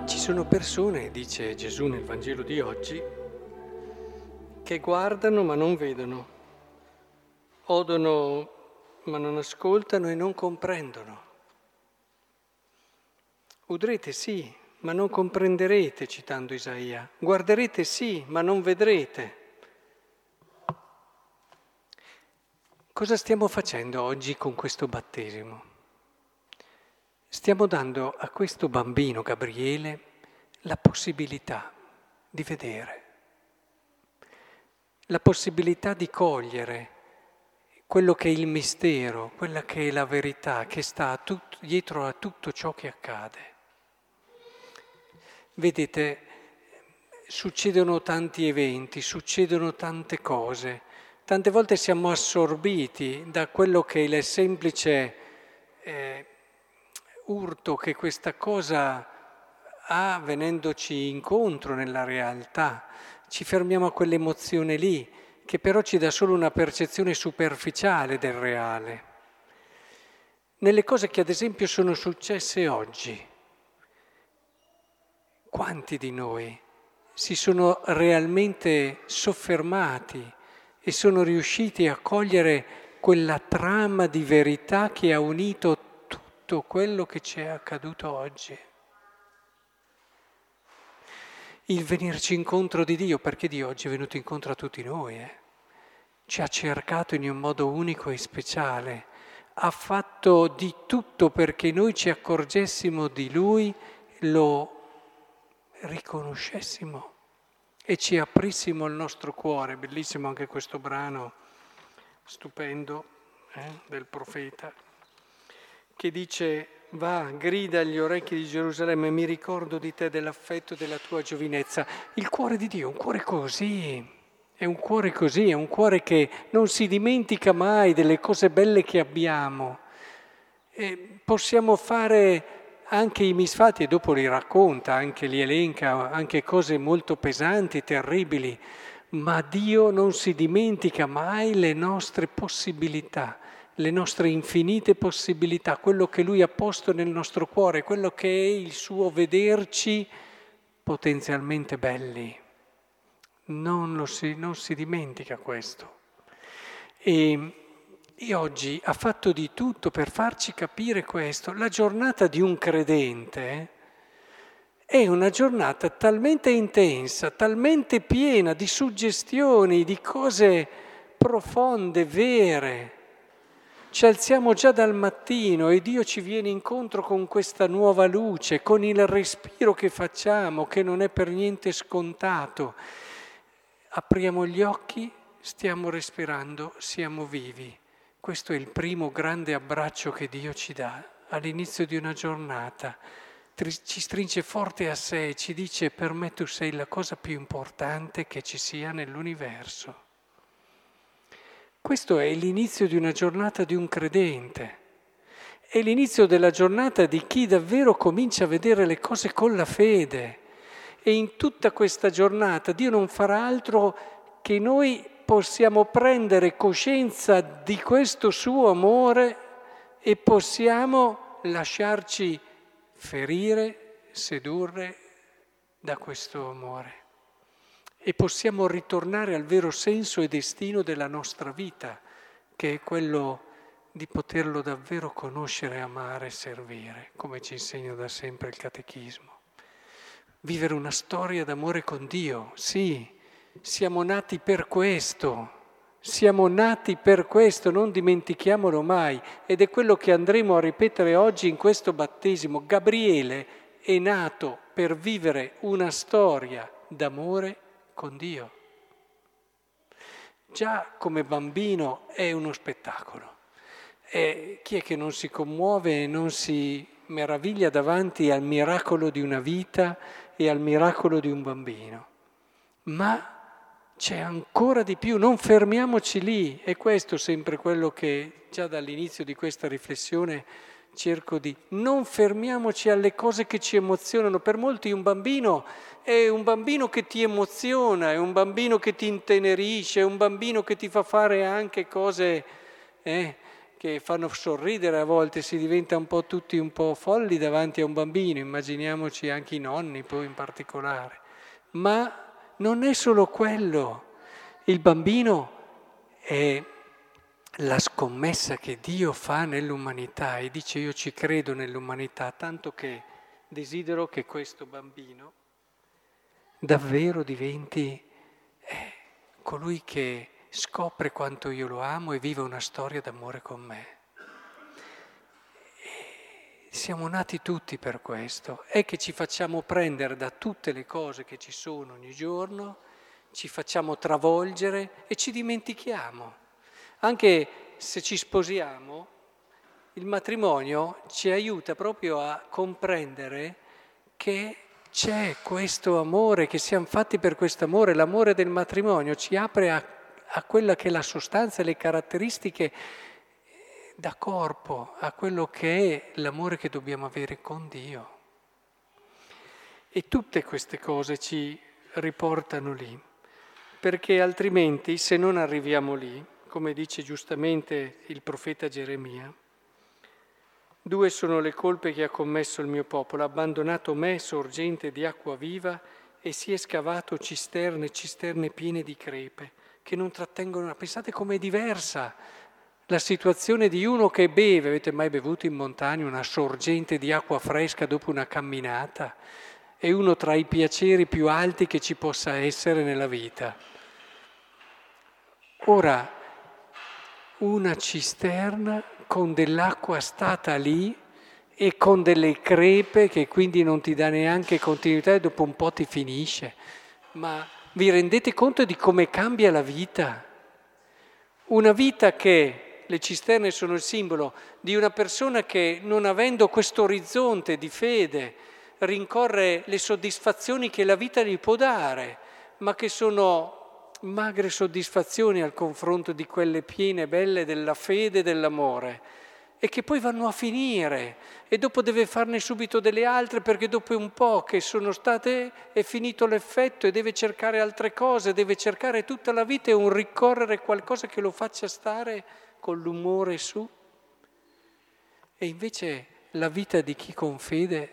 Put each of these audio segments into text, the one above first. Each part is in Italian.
Ci sono persone, dice Gesù nel Vangelo di oggi, che guardano ma non vedono, odono ma non ascoltano e non comprendono. Udrete sì, ma non comprenderete, citando Isaia. Guarderete sì, ma non vedrete. Cosa stiamo facendo oggi con questo battesimo? Stiamo dando a questo bambino, Gabriele, la possibilità di vedere, la possibilità di cogliere quello che è il mistero, quella che è la verità, che sta dietro a tutto ciò che accade. Vedete, succedono tanti eventi, succedono tante cose, tante volte siamo assorbiti da quello che è il semplice urto che questa cosa ha venendoci incontro nella realtà. Ci fermiamo a quell'emozione lì, che però ci dà solo una percezione superficiale del reale. Nelle cose che ad esempio sono successe oggi, quanti di noi si sono realmente soffermati e sono riusciti a cogliere quella trama di verità che ha unito tutto quello che ci è accaduto oggi? Il venirci incontro di Dio, perché Dio oggi è venuto incontro a tutti noi, ci ha cercato in un modo unico e speciale, ha fatto di tutto perché noi ci accorgessimo di Lui, lo riconoscessimo e ci aprissimo il nostro cuore. Bellissimo anche questo brano stupendo del profeta, che dice: va, grida agli orecchi di Gerusalemme, mi ricordo di te, dell'affetto della tua giovinezza. Il cuore di Dio è un cuore così, è un cuore così, è un cuore che non si dimentica mai delle cose belle che abbiamo. E possiamo fare anche i misfatti, e dopo li racconta, anche li elenca, anche cose molto pesanti, terribili, ma Dio non si dimentica mai le nostre possibilità, le nostre infinite possibilità, quello che Lui ha posto nel nostro cuore, quello che è il suo vederci potenzialmente belli. Non si dimentica questo. E oggi ha fatto di tutto per farci capire questo. La giornata di un credente è una giornata talmente intensa, talmente piena di suggestioni, di cose profonde, vere. Ci alziamo già dal mattino e Dio ci viene incontro con questa nuova luce, con il respiro che facciamo, che non è per niente scontato. Apriamo gli occhi, stiamo respirando, siamo vivi. Questo è il primo grande abbraccio che Dio ci dà all'inizio di una giornata. Ci stringe forte a sé e ci dice: per me tu sei la cosa più importante che ci sia nell'universo. Questo è l'inizio di una giornata di un credente, è l'inizio della giornata di chi davvero comincia a vedere le cose con la fede. E in tutta questa giornata Dio non farà altro che noi possiamo prendere coscienza di questo suo amore e possiamo lasciarci ferire, sedurre da questo amore. E possiamo ritornare al vero senso e destino della nostra vita, che è quello di poterlo davvero conoscere, amare e servire, come ci insegna da sempre il Catechismo. Vivere una storia d'amore con Dio, sì, siamo nati per questo, non dimentichiamolo mai, ed è quello che andremo a ripetere oggi in questo battesimo. Gabriele è nato per vivere una storia d'amore con Dio. Già come bambino è uno spettacolo. E chi è che non si commuove e non si meraviglia davanti al miracolo di una vita e al miracolo di un bambino? Ma c'è ancora di più, non fermiamoci lì. E questo sempre quello che già dall'inizio di questa riflessione cerco di... Non fermiamoci alle cose che ci emozionano. Per molti un bambino è un bambino che ti emoziona, è un bambino che ti intenerisce, è un bambino che ti fa fare anche cose che fanno sorridere a volte, si diventa un po' tutti un po' folli davanti a un bambino, immaginiamoci anche i nonni poi in particolare. Ma non è solo quello, il bambino è la scommessa che Dio fa nell'umanità e dice io ci credo nell'umanità, tanto che desidero che questo bambino davvero diventi colui che scopre quanto io lo amo e vive una storia d'amore con me. E siamo nati tutti per questo, è che ci facciamo prendere da tutte le cose che ci sono ogni giorno, ci facciamo travolgere e ci dimentichiamo. Anche se ci sposiamo, il matrimonio ci aiuta proprio a comprendere che c'è questo amore, che siamo fatti per questo amore. L'amore del matrimonio ci apre a quella che è la sostanza e le caratteristiche da corpo, a quello che è l'amore che dobbiamo avere con Dio. E tutte queste cose ci riportano lì, perché altrimenti se non arriviamo lì, come dice giustamente il profeta Geremia, 2 sono le colpe che ha commesso il mio popolo, ha abbandonato me, sorgente di acqua viva, e si è scavato cisterne piene di crepe, che non trattengono. Pensate com'è diversa la situazione di uno che beve. Avete mai bevuto in montagna una sorgente di acqua fresca dopo una camminata? È uno tra i piaceri più alti che ci possa essere nella vita. Ora, una cisterna con dell'acqua stata lì e con delle crepe che quindi non ti dà neanche continuità e dopo un po' ti finisce. Ma vi rendete conto di come cambia la vita? Una vita che, le cisterne sono il simbolo di una persona che non avendo questo orizzonte di fede rincorre le soddisfazioni che la vita gli può dare, ma che sono magre soddisfazioni al confronto di quelle piene e belle della fede e dell'amore, e che poi vanno a finire e dopo deve farne subito delle altre perché dopo un po' che sono state è finito l'effetto e deve cercare altre cose, deve cercare tutta la vita e un ricorrere qualcosa che lo faccia stare con l'umore su. E invece la vita di chi con fede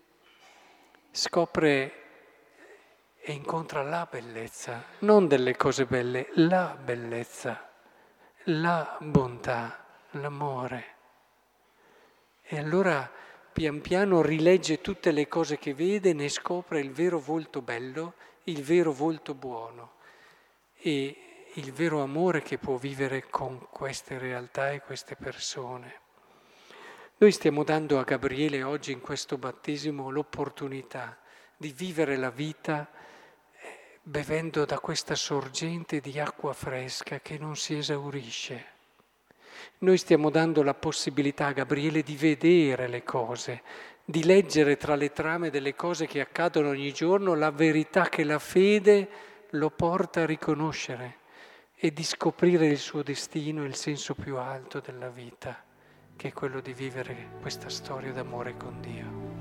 scopre e incontra la bellezza, non delle cose belle, la bellezza, la bontà, l'amore. E allora pian piano rilegge tutte le cose che vede, ne scopre il vero volto bello, il vero volto buono e il vero amore che può vivere con queste realtà e queste persone. Noi stiamo dando a Gabriele oggi in questo battesimo l'opportunità di vivere la vita bevendo da questa sorgente di acqua fresca che non si esaurisce. Noi stiamo dando la possibilità a Gabriele di vedere le cose, di leggere tra le trame delle cose che accadono ogni giorno la verità che la fede lo porta a riconoscere e di scoprire il suo destino e il senso più alto della vita, che è quello di vivere questa storia d'amore con Dio.